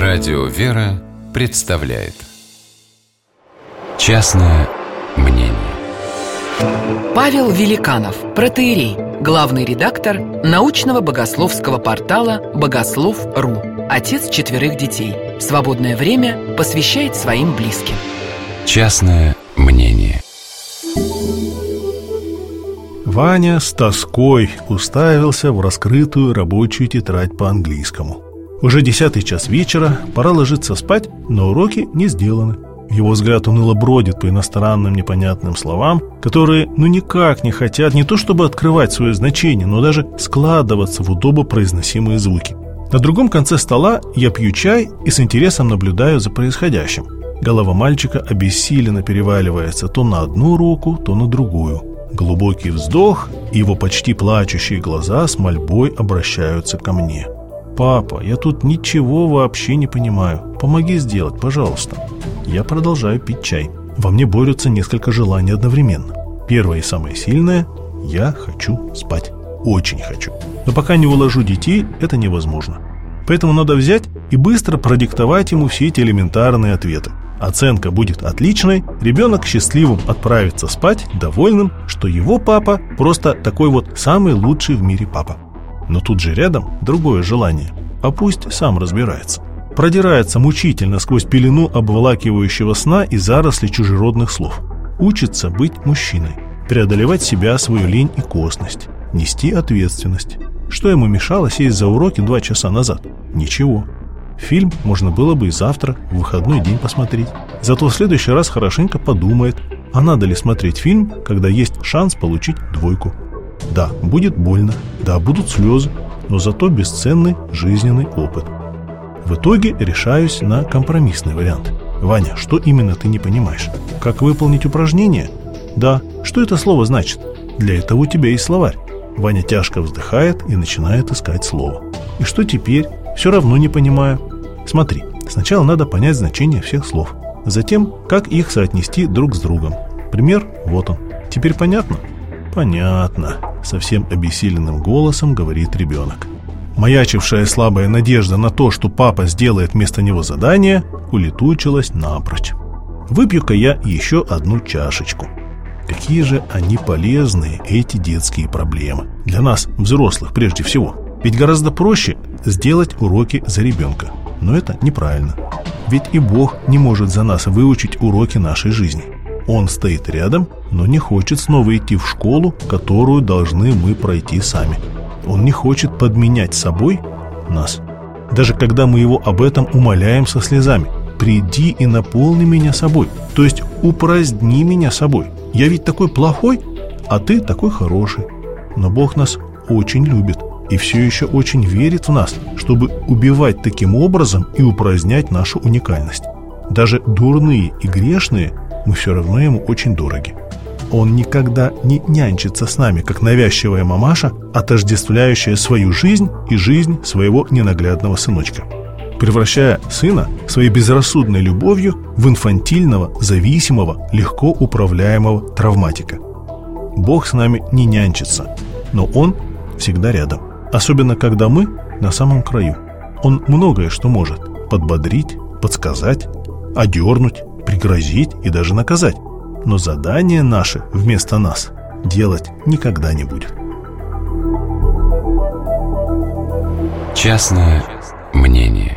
Радио «Вера» представляет «Частное мнение». Павел Великанов, протоиерей, главный редактор научного богословского портала «Богослов.ру», отец 4 детей. Свободное время посвящает своим близким. Частное мнение. Ваня с тоской уставился в раскрытую рабочую тетрадь по английскому. Уже 10-й час вечера, пора ложиться спать, но уроки не сделаны. Его взгляд уныло бродит по иностранным непонятным словам, которые никак не хотят не то чтобы открывать свое значение, но даже складываться в удобопроизносимые звуки. На другом конце стола я пью чай и с интересом наблюдаю за происходящим. Голова мальчика обессиленно переваливается то на одну руку, то на другую. Глубокий вздох, и его почти плачущие глаза с мольбой обращаются ко мне. «Папа, я тут ничего вообще не понимаю. Помоги сделать, пожалуйста». Я продолжаю пить чай. Во мне борются несколько желаний одновременно. Первое и самое сильное – я хочу спать. Очень хочу. Но пока не уложу детей, это невозможно. Поэтому надо взять и быстро продиктовать ему все эти элементарные ответы. Оценка будет отличной, ребенок счастливым отправится спать, довольным, что его папа просто такой вот самый лучший в мире папа. Но тут же рядом другое желание. А пусть сам разбирается. Продирается мучительно сквозь пелену обволакивающего сна и заросли чужеродных слов. Учится быть мужчиной, преодолевать себя, свою лень и косность, нести ответственность. Что ему мешало сесть за уроки 2 часа назад? Ничего. Фильм можно было бы и завтра, в выходной день посмотреть. Зато в следующий раз хорошенько подумает, а надо ли смотреть фильм, когда есть шанс получить 2. Да, будет больно, да, будут слезы, но зато бесценный жизненный опыт. В итоге решаюсь на компромиссный вариант. «Ваня, что именно ты не понимаешь? Как выполнить упражнение?» «Да, что это слово значит?» «Для этого у тебя есть словарь». Ваня тяжко вздыхает и начинает искать слово. «И что теперь? Все равно не понимаю». «Смотри, сначала надо понять значение всех слов. Затем, как их соотнести друг с другом. Пример вот он. Теперь понятно?» «Понятно», — совсем обессиленным голосом говорит ребенок. Маячившая слабая надежда на то, что папа сделает вместо него задание, улетучилась напрочь. Выпью-ка я еще 1 чашечку. Какие же они полезные, эти детские проблемы. Для нас, взрослых, прежде всего. Ведь гораздо проще сделать уроки за ребенка. Но это неправильно. Ведь и Бог не может за нас выучить уроки нашей жизни. Он стоит рядом, но не хочет снова идти в школу, которую должны мы пройти сами. Он не хочет подменять собой нас. Даже когда мы его об этом умоляем со слезами. «Приди и наполни меня собой», то есть упраздни меня собой. Я ведь такой плохой, а ты такой хороший. Но Бог нас очень любит и все еще очень верит в нас, чтобы убивать таким образом и упразднять нашу уникальность. Даже дурные и грешные мы все равно ему очень дороги. Он никогда не нянчится с нами, как навязчивая мамаша, отождествляющая свою жизнь и жизнь своего ненаглядного сыночка, превращая сына своей безрассудной любовью в инфантильного, зависимого, легко управляемого травматика. Бог с нами не нянчится, но Он всегда рядом, особенно когда мы на самом краю. Он многое что может: подбодрить, подсказать, одернуть, пригрозить и даже наказать. Но задание наше вместо нас делать никогда не будет. Частное мнение.